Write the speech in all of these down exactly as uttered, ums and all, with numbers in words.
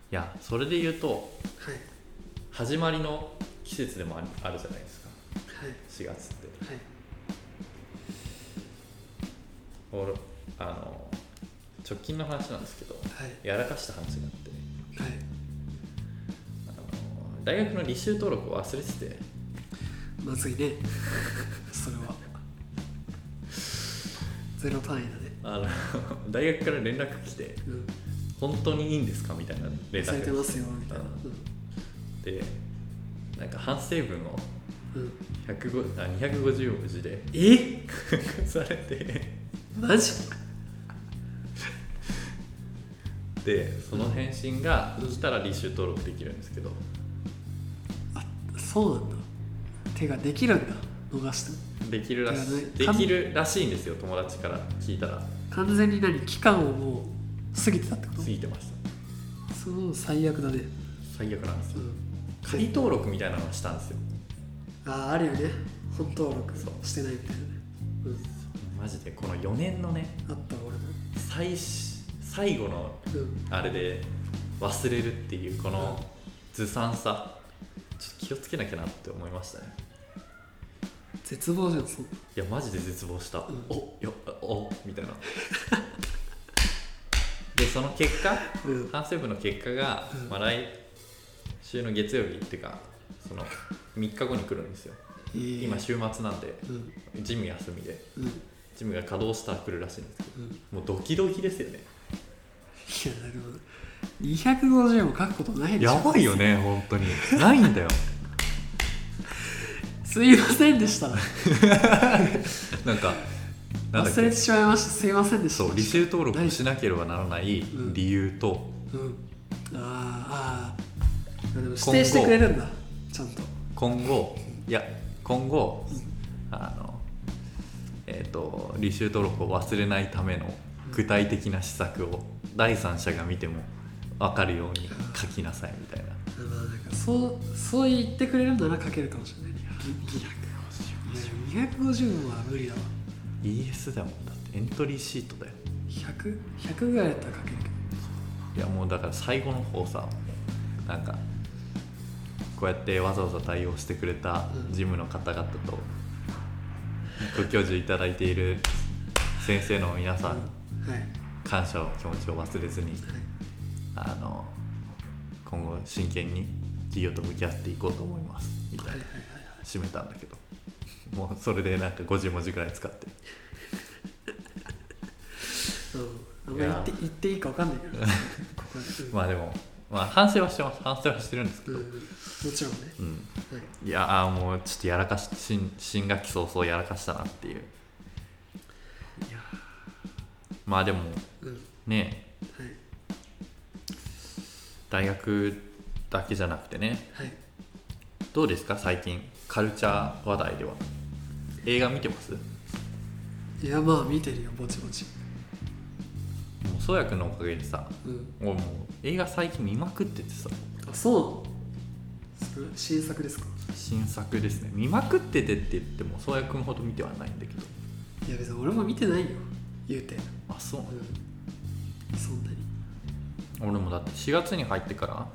やそれで言うと、 はい、 始まりの季節でもある、あるじゃないですか、 はい、 しがつって。 はい、 俺あの直近の話なんですけど、 はい、 やらかした話があって、 はい、 あの大学の履修登録を忘れてて、 まずいねそれはゼロ単位だね。 あの大学から連絡来て、 うん、 本当にいいんですかみたいな連絡されてますよみたいな。 で、なんか反省文をうん、 ひゃくごあにひゃくごじゅうもじでえされてマジで、その返信が来たら履修登録できるんですけど、 あ、そうなんだ。手ができるんだ、逃しても。 できるらしいやねいできるらしいんですよ、友達から聞いたら。 完全に何、期間をもう過ぎてたってこと？ 過ぎてました。 そう、最悪だね。 最悪なんですよ。 うん、 仮登録みたいなのをしたんですよ。 ああ、あるよね、本登録そうしてないみたいなね。うん、 マジでこのよねんのね、 あった俺も。 最最後のうんあれで忘れるっていうこのずさんさ、ちょっと気をつけなきゃなって思いましたね。 絶望じゃん、そう。 いやマジで絶望した、 んおよおみたいなでその結果、 うん、 反省文の結果が、 うん、 まあ、来週の月曜日っていうかそのみっかごに来るんですよ、 えー、 今週末なんで、 うん、 ジム休みで、 うん、いジムが稼働したら来るらしいんですけど、 うん、いもうドキドキですよね。 や、なるほど。にひゃくごじゅうも書くことないでしょ。 やばいよね本当にないんだよすいませんでしたなんかなんだっけ、 忘れてしまいました、すいませんでした。 そう履修登録をしなければならない理由と、 うん、あーあー、でも指定してくれるんだ、ちゃんと。 今後いや今後、うん、あのえっ、ー、と履修登録を忘れないための具体的な施策を第三者が見ても分かるように書きなさいみたいな。 まあ、なんかそうそう言ってくれるなら書けるかもしれない。にひゃくごじゅうは無理だわ。 イーエス だもん、だってエントリーシートだよ。 ひゃく? ひゃくぐらいだったら書けるけど。 いやもうだから最後の方さ、なんかこうやってわざわざ対応してくれた事務の方々とご教授いただいている先生の皆さん、 うん、はい、 感謝の気持ちを忘れずに、はい、あの今後真剣に授業と向き合っていこうと思いますみたいな、はいはいはいはい、締めたんだけど、もうそれでなんかごじゅうもじぐらい使ってうん、あんま言って言っていいか分かんないけどここ、うん、 まあでも、まあ、反省はしてます反省はしてるんですけど、 うん、もちろんね、 うん、 はい、 いやあもうちょっとやらかし 新, 新学期早々やらかしたなっていう。いやまあでも、うん、ねえ、はい、大学だけじゃなくてね、はい、どうですか最近カルチャー話題では。映画見てます？ いやまあ見てるよ、ぼちぼち。 もうそうやくんのおかげでさ、うん、俺もう映画最近見まくっててさ。 あ、そうなの？新作ですか？ 新作ですね。見まくっててって言ってもそうやくんほど見てはないんだけど。 いや別に俺も見てないよ、言うて。あ、 そう、うん、 そんなに。 俺もだってしがつに入ってから、はい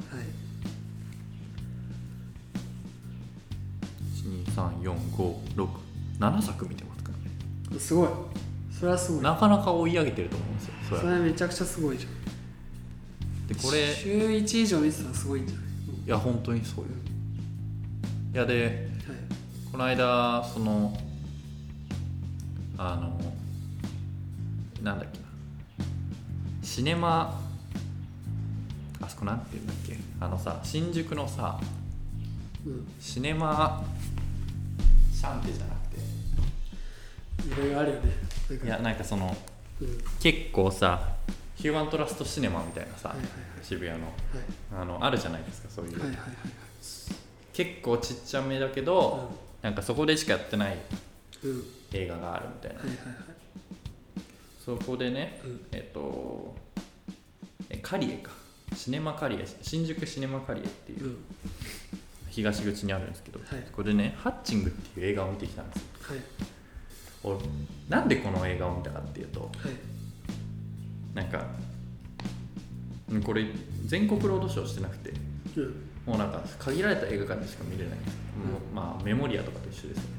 、いちにさんよんごろくななさく見てますからね。 すごい、それはすごい。 なかなか追い上げてると思うんですよ。 それはめちゃくちゃすごいじゃん。でこれ週いち以上見てたらすごいんじゃない？ いや本当にそうよ。いやで、はい、この間そのあのなんだっけな、シネマあそこなんていうんだっけ、あのさ新宿のさ、うん、シネマシャンテじゃなくていろいろあるよね。 いやなんかその、うん、結構さヒューマントラストシネマみたいなさ、はいはいはい、渋谷の、はい、あのあるじゃないですか、そういう、はいはいはい、結構ちっちゃめだけど、うん、なんかそこでしかやってない映画があるみたいな、うんはいはいはい、そこでね、うん、えっとえカリエかシネマカリエ、新宿シネマカリエっていう、うん、東口にあるんですけど、はい、ここでねハッチングっていう映画を見てきたんですよ、はい、俺なんでこの映画を見たかっていうと、はい、なんかこれ全国ロードショーしてなくて、 うん、 もうなんか限られた映画館でしか見れない、うん、もうまあメモリアとかと一緒ですよね。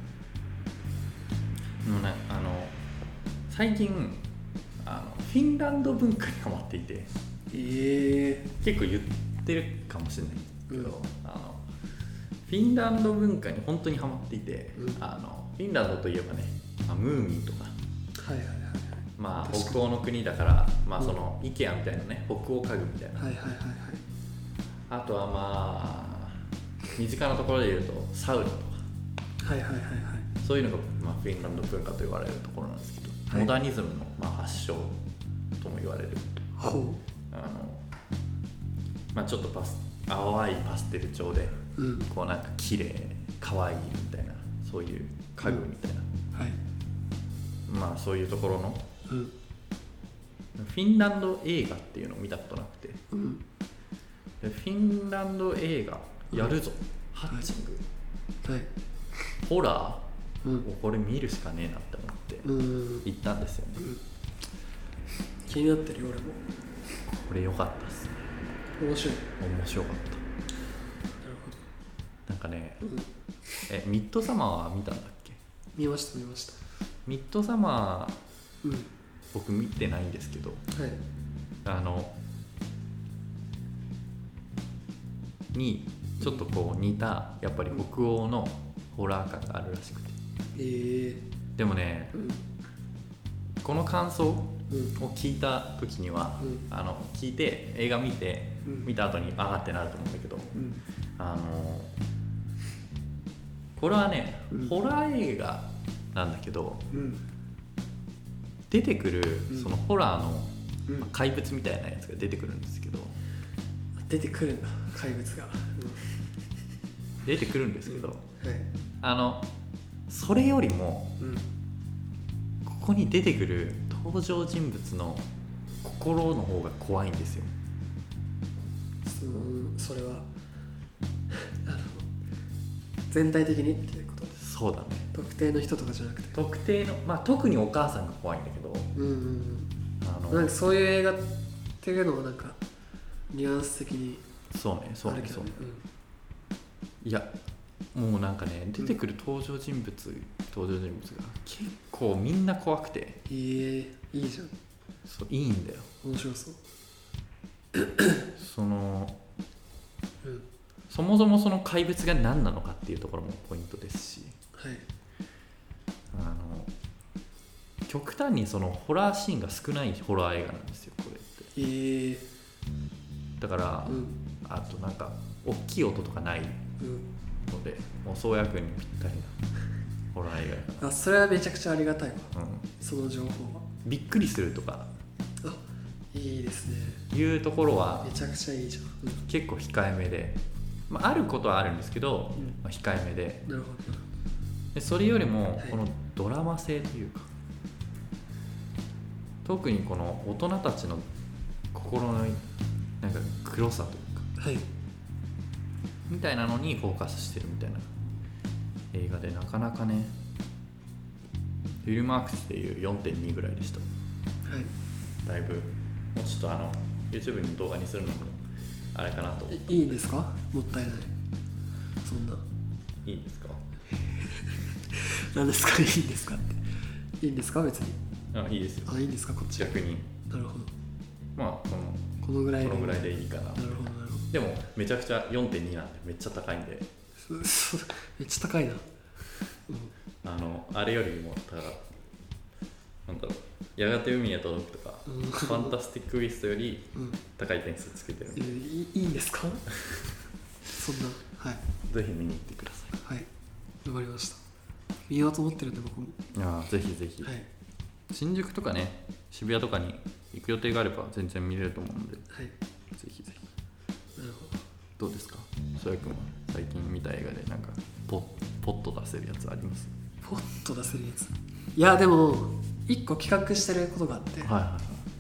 はい、もうね、あの最近あのフィンランド文化にハマっていて、 えー、 結構言ってるかもしれないけど、うん、あのフィンランド文化に本当にハマっていて、うん、あのフィンランドといえばね、まあ、ムーミンとか、 はいはいはいはい、 まあ、北欧の国だから、まあ、その、うん、イケアみたいなね、北欧家具みたいな、 はいはいはいはい、 あとはまあ身近なところで言うとサウナとか、 はいはいはいはい、 そういうのが、まあ、フィンランド文化と言われるところなんですけど、はい、モダニズムの、まあ、発祥とも言われる、 ほう、 あの、まあ、ちょっとパス淡いパステル調で、うん、こうなんか綺麗可愛いみたいな、そういう家具みたいな、うん、はい、まあそういうところの、うん、フィンランド映画っていうのを見たことなくて、うん、でフィンランド映画やるぞ、うん、ハッチング、はいはい、ホラー、うん、これ見るしかねえなって思って行ったんですよね、うん、 気になってるよ俺も。 これ良かったっすね。 面白い、 面白かった。なるほど。なんかね、うん、えミッドサマーは見たんだっけ？ 見ました見ました。 ミッドサマー、うん、僕見てないんですけど、はい、あのにちょっとこう似たやっぱり北欧のホラー感があるらしくて、えー、でもね、うん、この感想を聞いた時には、うん、あの聞いて映画見て、うん、見た後にあーってなると思うんだけど、うん、あのこれはね、うん、ホラー映画なんだけど、うん、出てくるそのホラーの、うん、怪物みたいなやつが出てくるんですけど、 出てくるんだ怪物が、うん、 出てくるんですけど、うん、はい、あのそれよりも、うん、ここに出てくる登場人物の心の方が怖いんですよ。 そ, それはあの全体的にっていうこと？ そうだね。 特定の人とかじゃなくて、 特定の、まあ、特にお母さんが怖いんだけど、うんうんうん、 あのなんかそういう映画っていうのはなんかニュアンス的にそうねそうねそうね、うん、いやもうなんかね出てくる登場人物、うん、登場人物が結構みんな怖くて、 えー、いいじゃん。 そういいんだよ。 面白そう。 その、うん、そもそもその怪物が何なのかっていうところもポイントですし、はい、あの極端にそのホラーシーンが少ないホラー映画なんですよこれって、えー、だから、うん、あとなんか大きい音とかないので、うん、もう創薬にぴったりなホラー映画。 あ、それはめちゃくちゃありがたいわ、うん、その情報は。びっくりするとか、 あ、いいですね、 いうところはめちゃくちゃいいじゃん、うん、 結構控えめで、まあ、あることはあるんですけど、うん、まあ、控えめで、なるほど。でそれよりもこのドラマ性というか、はい、特にこの大人たちの心のなんか黒さというか、はい、みたいなのにフォーカスしてるみたいな映画で、なかなかねフィルマークスでいう よんてんに ぐらいでした、はい、だいぶもうちょっとあの YouTube の動画にするのもあれかなと。 いいんですか？もったいない。そんな。 いいんですか？ 何ですか？いいんですかって。いいんですか別に。 あ、いいですよ。 あ、いいんですかこっち。 逆に。 なるほど。 まあこのこのぐらいこのぐらいでいいかな。 なるほどなるほど。 でもめちゃくちゃ よんてんに なんでめっちゃ高いんで。 めっちゃ高いな。うん、 あのあれよりもただなんだろう。やがて海へ届くとか、うん、ファンタスティック・ウィストより高い点数つけてるんで、うん、 い, いいんですか？そんな、はい、 ぜひ見に行ってください。はい、わかりました。見ようと思ってるんで僕も。 ああ、ぜひぜひ、はい、新宿とかね渋谷とかに行く予定があれば全然見れると思うので、はい、ぜひぜひ。なるほど。どうですか？そやくんは最近見た映画でなんかポッポッと出せるやつあります？ ポッと出せるやつ、いやでも一個企画してることがあって、はいはいはい、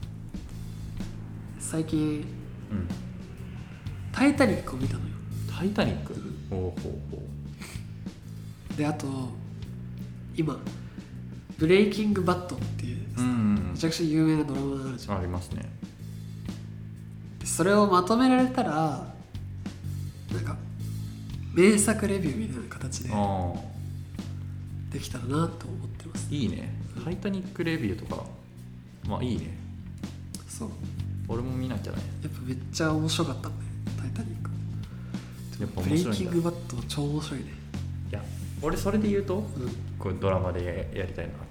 最近、うん、タイタニックを見たのよ。 タイタニック、うん、ほうほうほう。であと今ブレイキングバッドっていう、うんうん、めちゃくちゃ有名なドラマがあるじゃん。 ありますね。 それをまとめられたらなんか名作レビューみたいな形でできたらなと思ってます。 いいね。タイタニックレビューとかまあいいね。 そう俺も見なきゃね。 やっぱめっちゃ面白かったねタイタニック。 やっぱブレイ面白いんだ。 キングバット超面白いね。 いや俺それで言うと、 うんこれドラマでやりたいなって、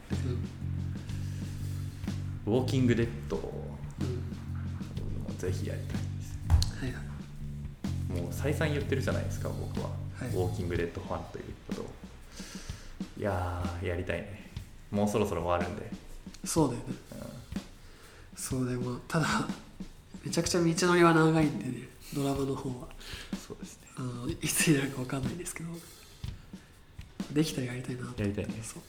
うん、 ウォーキングデッドをうんぜひやりたいです。 はいはい。 もう再三言ってるじゃないですか僕は、 はい、 ウォーキングデッドファンということを。いやーやりたいね。もうそろそろ終わるんで。 そうだよね、 うん、 そうでもただめちゃくちゃ道のりは長いんでねドラマの方は。 そうですね。 あのいつになるか分かんないんですけどできたらやりたいな。 やりたいね。 そう、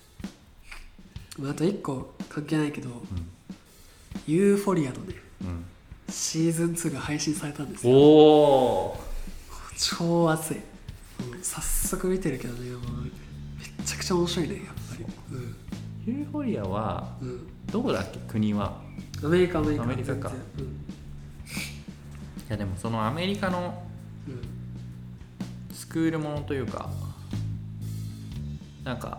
まあ、あといっこ関係ないけど、 うん、 ユーフォリアのね、 うん、 シーズンツーが配信されたんですよ。 おお超熱い。もう早速見てるけどねもうめっちゃくちゃ面白いねやっぱり。うん、 ユーフォリアは、 うん、 どこだっけ国は。 アメリカアメリカアメリカか。 うん、いやでもそのアメリカのスクールものというかなんか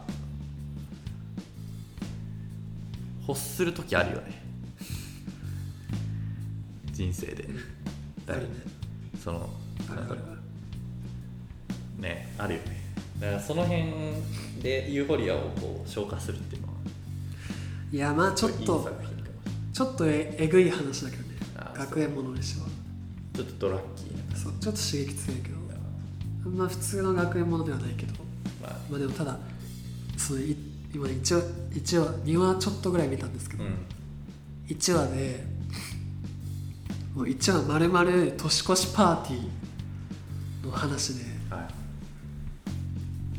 欲する時あるよね人生で。 あるね。 そのあるあるねあるよね。だからその辺でユーフォリアをこう消化するっていうのは。 いやまあちょっといい作品かもしれない。 ちょっと え, えぐい話だけどねあ学園ものにしては。 ちょっとドラッキーな。 そうちょっと刺激強いけどあんま普通の学園ものではないけど、 まあ、 まあでもただそのい今いちわいちわにわちょっとぐらい見たんですけど、 うん、 いちわでもういちわまるまる年越しパーティーの話で、 はい、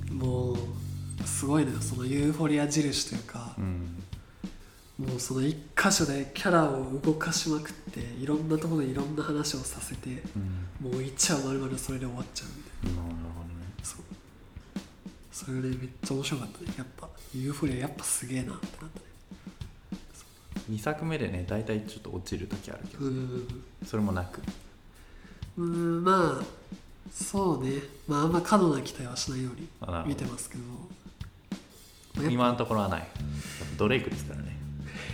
もうすごいのよそのユーフォリア印というか、 うん、 もうその一箇所でキャラを動かしまくっていろんなところでいろんな話をさせて、うん、もういちわまるまるそれで終わっちゃうみたいな。 なるほどね。 そうそれでめっちゃ面白かったね。やっぱユーフォリアやっぱすげえなってなったね。 にさくめでね大体ちょっと落ちる時あるけど、うん、それもなく。 うーんまあそうね、まああんま過度な期待はしないように見てますけど、 ど今のところはない。ドレイクですからね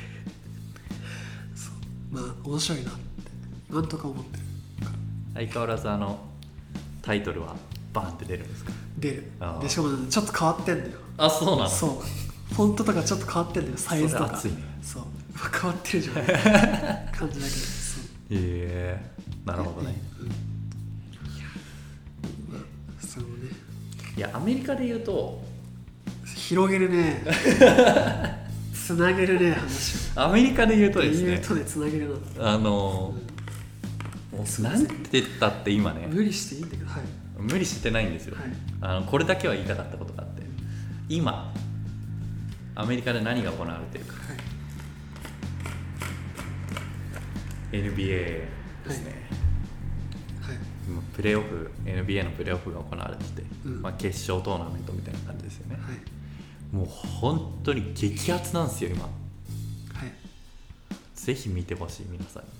そうまあ面白いなって今のところ思ってる。 相変わらずあのタイトルはバーンって出るんですか。 出る。でしかも、ね、ちょっと変わってんだよ。 あそうなの。 そうフォントとかちょっと変わってんだよサイズとか。 それ熱いね。 そう変わってるじゃん感じだけど。そうへえー、なるほどね。 うん、いやまあそうね。 いやアメリカで言うと広げるねつなげるね話を。 アメリカで言うとですね言うとねつなげるなあのー、もうなんて言ったって今ね無理していいんだけど、はい、 無理してないんですよ、はい、あのこれだけは言いたかったことがあって今アメリカで何が行われてるか、はい、エヌビーエー ですね、はいはい、今プレーオフ エヌビーエー のプレーオフが行われてて、うんまあ、決勝トーナメントみたいな感じですよね、はい、もう本当に激アツなんですよ今、はい、ぜひ見てほしい皆さんに。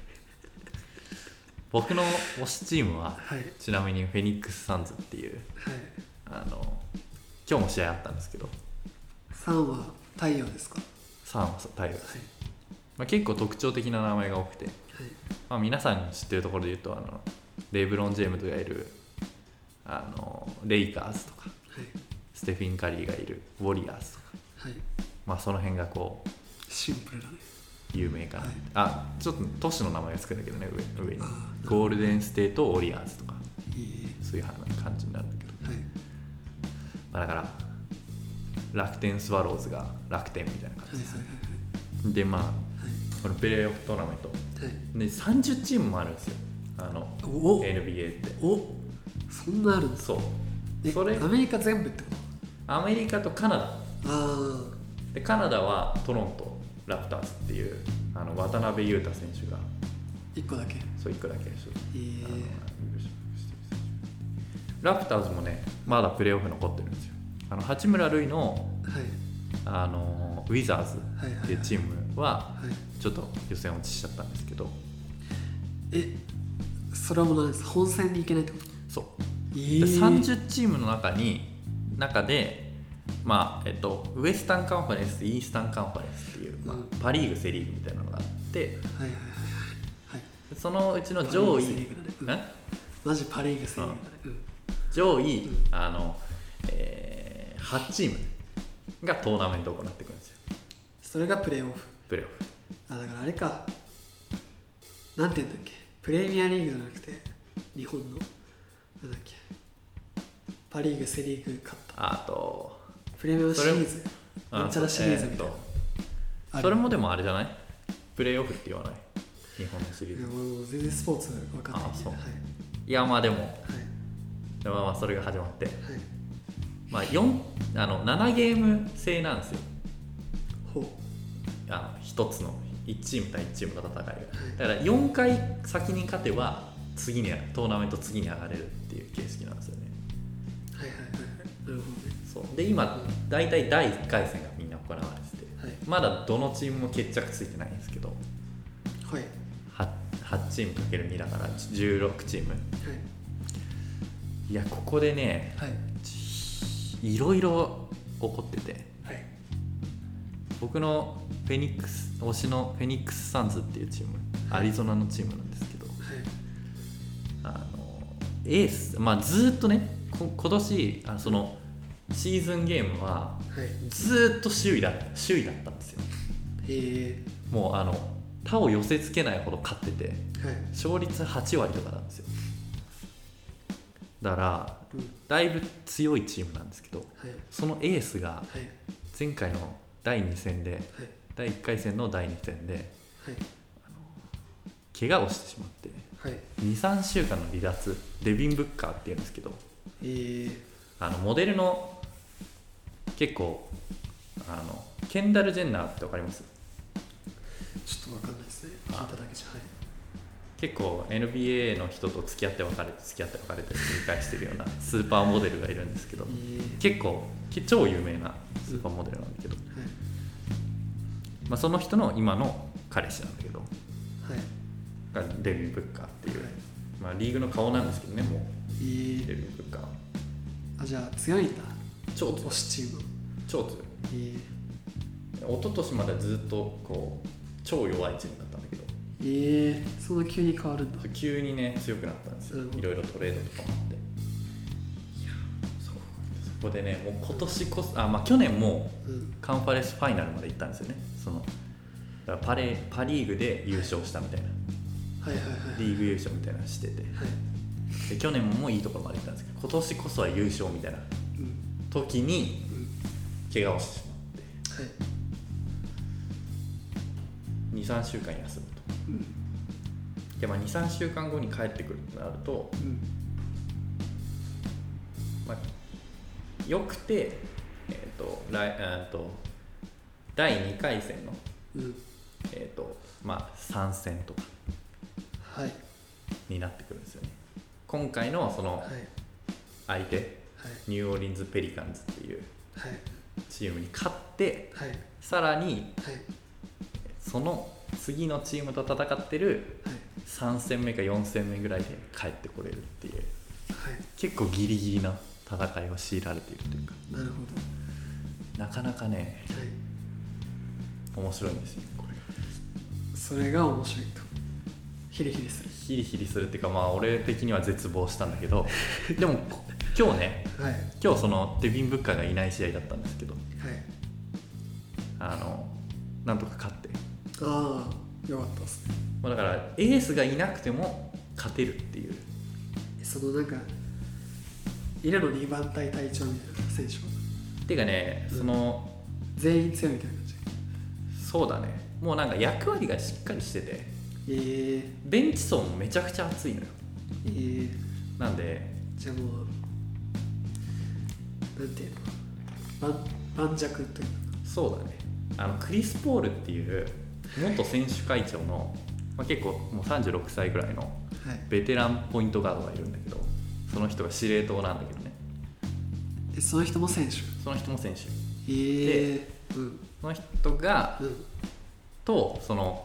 僕の推しチームは、はい、ちなみにフェニックスサンズっていう、はい、あの今日も試合あったんですけどさんは太陽ですか。 さんは太陽です、はいまあ、結構特徴的な名前が多くて、はいまあ、皆さん知ってるところで言うとあのレブロン・ジェームズがいるあのレイカーズとか、はい、ステフィン・カリーがいるウォリアーズとか、はいまあ、その辺がこうシンプルだね有名かな、はい、あちょっと都市の名前がつくんだけどね 上, 上にゴールデンステートウォリアーズとかそういう感じになるんだけど、はいまあ、だから楽天スワローズが楽天みたいな感じですね、はいはいはい、でまあ、はい、このプレーオフトーナメント、はい、でさんじゅうチームもあるんですよあの エヌビーエー っておそんなあるんだ。 そうそれアメリカ全部ってこと。 アメリカとカナダあでカナダはトロントラプターズっていうあの渡辺裕太選手がいっこだけそういっこだけ、えー、 ラプターズもねまだプレーオフ残ってるんですよ。あの八村塁の、はい、あのウィザーズっていうチームはちょっと予選落ちしちゃったんですけど、 えそれはもう何ですか、本戦に行けないってこと？ そう、 えー、 でさんじゅうチームの中に中でまあえっとウエスタンカンファレンス、イースタンカンファレンスっていう、まあ、パ・リーグセ・リーグみたいなのがあって、はいはいはいはい、そのうちの上位、ね、 うん、マジパ・リーグセ・リーグだね、うん、 上位、うん、あの、えー、はちチームがトーナメントを行っていくんですよ。 それがプレーオフ。 プレーオフ。 あ、だからあれか、なんて言うんだっけ、プレミアリーグじゃなくて日本のなんだっけ、パ・リーグセ・リーグ勝った、 あとプレミアシリーズ、なんちゃらシリーズみたいな、 えー、それもでもあれじゃない、プレーオフって言わない、日本のシリーズ。 いやもう全然スポーツ分かんないんで、はい、 いやまあでも、はい、 でもまあそれが始まって、はい、まあよんあのななゲーム制なんですよ。 ほう、 あのひとつのいちチーム対いちチームの戦いが、はい、だからよんかい先に勝てば次にトーナメント次に上がれるっていう形式なんですよね。 はいはいはい、なるほどね。 そうで今大体だいいっかい戦がみんな行われてて、はい、まだどのチームも決着ついてないんですけど、 はい、 はちチームかけるにだからじゅうろくチーム、はい、いやここでね、はい、いろいろ起こってて、はい、僕のフェニックス推しのフェニックスサンズっていうチーム、はい、アリゾナのチームなんですけど、はい、あのエース、まあ、ずっとねこ今年あのそのシーズンゲームはずっと首位だ首位だったんですよ。へー、もうあの他を寄せつけないほど勝ってて、はい、勝率はちわりとかなんですよ。だから、うん、だいぶ強いチームなんですけど、はい、そのエースが前回のだいに戦で、はい、だいいっかい戦のだいに戦で、はい、あの怪我をしてしまって、はい、にさんしゅうかんの離脱、デビン・ブッカーっていうんですけど、えー、あのモデルの結構あのケンダル・ジェンナーって分かります？ ちょっと分かんないですね、聞いただけじゃ、はい、 結構 エヌビーエー の人と付き合って別れて付き合って別れて繰り返してるようなスーパーモデルがいるんですけど、えー、結構超有名なスーパーモデルなんだけど、うん、はい、まあ、その人の今の彼氏なんだけど、はい、がデビン・ブッカーっていう、はい、まあ、リーグの顔なんですけどね、もう、えー、デビン・ブッカー。 あ、じゃあ強いんだ、 超強い、 推しチーム超強い、えー、一昨年までずっとこう超弱いチームだったんだけど、 えー、そんな急に変わるんだ。 急にね強くなったんですよ、いろいろトレードとかもあって。いや そ, そこでね、もう今年こそあ、まあ、去年もカンファレンスファイナルまで行ったんですよね。そのだから パ, レパリーグで優勝したみたいな、はいはいはいはい、リーグ優勝みたいなのしてて、はい、で去年もいいところまで行ったんですけど、今年こそは優勝みたいな時に怪我をしてしまって、はい、にさんしゅうかん休むと、うん、で、まあ、にさんしゅうかんごに帰ってくるとなると、うん、まあ、よくて、えーと来えー、とだいにかい戦の、うん、えーとまあ、さん戦とかになってくるんですよね。今回のその相手、はい、ニューオーリンズ・ペリカンズっていうチームに勝って、はい、さらに、はい、その次のチームと戦ってるさん戦目かよん戦目ぐらいで帰ってこれるっていう、はい、結構ギリギリな戦いを強いられているというか、 なるほど、なかなかね、はい、面白いんですよこれ。 それが面白いと、ヒリヒリするヒリヒリするっていうか、まあ俺的には絶望したんだけどでも今日ね、はい、今日そのデビン・ブッカーがいない試合だったんですけど、はい、あのなんとか勝って、 ああよかったですね。 だからエースがいなくても勝てるっていう、 そのなんかいるのにばん隊隊長みたいな選手はていうかね、うん、その全員強いみたいな感じ。 そうだね、もうなんか役割がしっかりしてて、えー、ベンチ層もめちゃくちゃ熱いのよ、えー、なんでじゃあもうなんていうの、盤石というか。 そうだね、あのクリス・ポールっていう元選手会長の、まあ、結構もうさんじゅうろくさいぐらいのベテランポイントガードがいるんだけど、その人が司令塔なんだけどね。 え、その人も選手？ その人も選手、 えー、 で、うん、その人が、うん、とその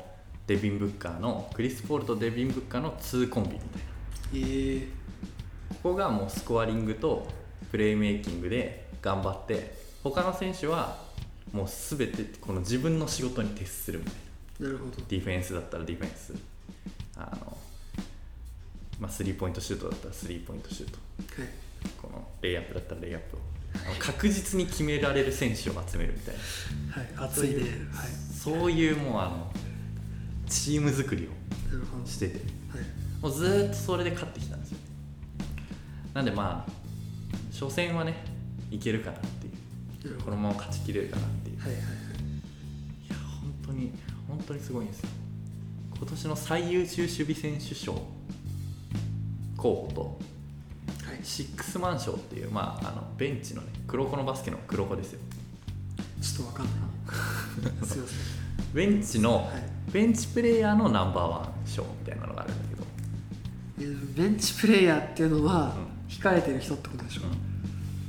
デビン・ブッカーのクリス・ポールとデビン・ブッカーのツーコンビみたいな。 えー、 ここがもうスコアリングとプレーメイキングで頑張って、他の選手はもう全てこの自分の仕事に徹するみたいな。 なるほど。 ディフェンスだったらディフェンス、あの、まあ、スリーポイントシュートだったらスリーポイントシュート、 はい、 このレイアップだったらレイアップを確実に決められる選手を集めるみたいな。はい、熱いね。はい、 そういうもうあのチーム作りをしてて、はい、もうずっとそれで勝ってきたんですよ。なんでまあ初戦はねいけるかなっていう、このまま勝ちきれるかなっていう、はいはいはい、いや本当に本当にすごいんですよ。今年の最優秀守備選手賞候補と、はい、シックスマン賞っていう、まあ、あのベンチのね黒子のバスケの黒子ですよ。 ちょっとわかんないすいません。 ベンチの、はい、ベンチプレイヤーのナンバーワン賞みたいなのがあるんだけど、 ベンチプレイヤーっていうのは、うん、控えてる人ってことでしょ、うん、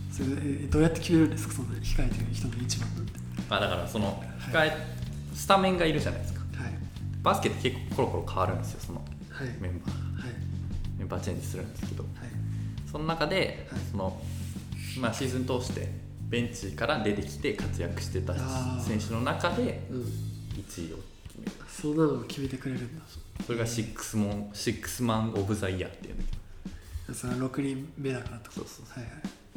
それどうやって決めるんですか、その控えてる人の一番なんて。 あ、だからその控え、はい、スタメンがいるじゃないですか、はい、バスケって結構コロコロ変わるんですよ、そのメンバー、はい、メンバーチェンジするんですけど、はい、その中で、はい、そのまあ、シーズン通してベンチから出てきて活躍してた選手の中でいちいを決める、 うん、そんなのを決めてくれるんだ。 それがシックスモン、シックスマンオブザイヤーっていうんだけど、それはろくにんめだからと。 そうそうそう、はいはい、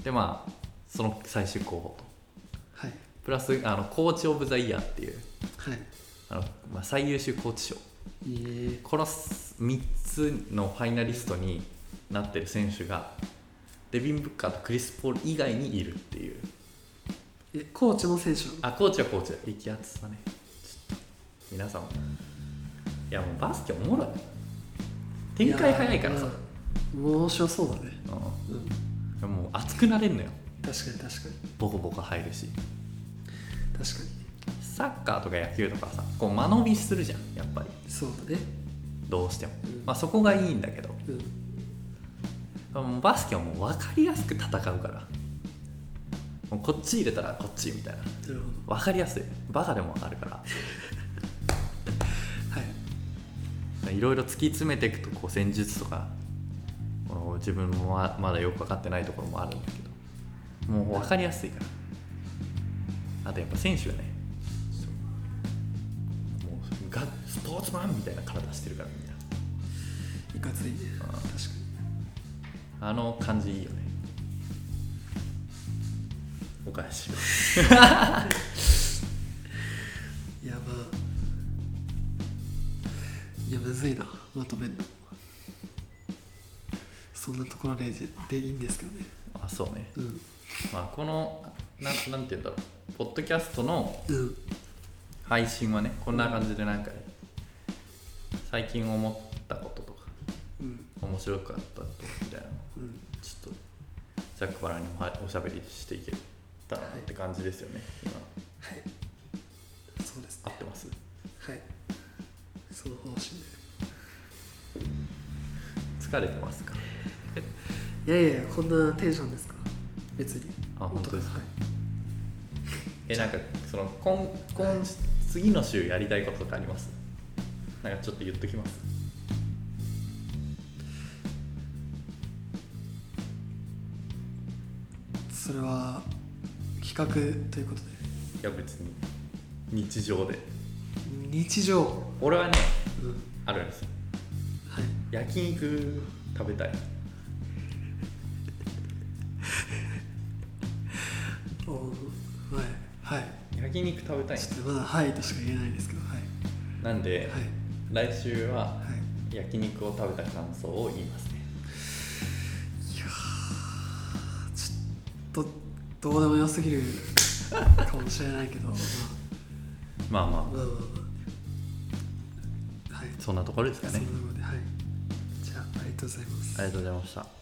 でまあその最終候補と、 はい、 プラスあのコーチオブザイヤーっていう、 はい、 あのまあ、最優秀コーチ賞、 えー、 このみっつのファイナリストになってる選手がデビン・ブッカーとクリス・ポール以外にいるっていう。 え、コーチの選手？ あ、コーチはコーチだ。激アツだね。ちょっと皆さんも、いやもうバスケおもろい。展開早いからさ。 面白そうだね。 うん、もう熱くなれるのよ。 確かに確かに。 ボコボコ入るし。 確かに。 サッカーとか野球とかさ、こう間延びするじゃん、やっぱり。 そうだね。 どうしても。うん、まあそこがいいんだけど。うん、バスケはもう分かりやすく戦うから、もうこっち入れたらこっちみたいな、分かりやすい、バカでも分かるからはい、いろいろ突き詰めていくとこう戦術とかこの自分もまだよく分かってないところもあるんだけど、もう分かりやすいから。あとやっぱ選手がね、もうがスポーツマンみたいな体してるから、みんないかついね。確かにあの感じいいよね。お返しいや、まあいやむずいな、まとめるの。そんなところででいいんですけどね。 あ、そうね、 うん、 まあこのなん、なんていうんだろう、ポッドキャストの配信はね、こんな感じでなんか、ね、最近思ったこととか、うん、面白かったことみたいなの、うん、ちょっとざっくばらんにおしゃべりしていけたらなって感じですよね、今。 はい、そうですね。 合ってます？ はい、その方針で。 疲れてますか？ いやいや、こんなテンションですか？別に。 あ、本当ですか？はい、え、なんかその今今、はい、次の週やりたいこととかあります？なんかちょっと言っときます。 それは企画ということで。 いや別に日常で。 日常。 俺はね、うん、あるんですよ。 はい。 焼肉食べたい。 お、はいはい。 焼肉食べたいんです。 ちょっとまだはいとしか言えないですけど、はい。 なんで、はい、来週は、 はい、 焼肉を食べた感想を言いますね。 いやちょっとどうでもよすぎるかもしれないけど、 まあまあ、まあまあまあ、 はい、 そんなところですかね。 そんなので、はい、じゃあありがとうございます。 ありがとうございました。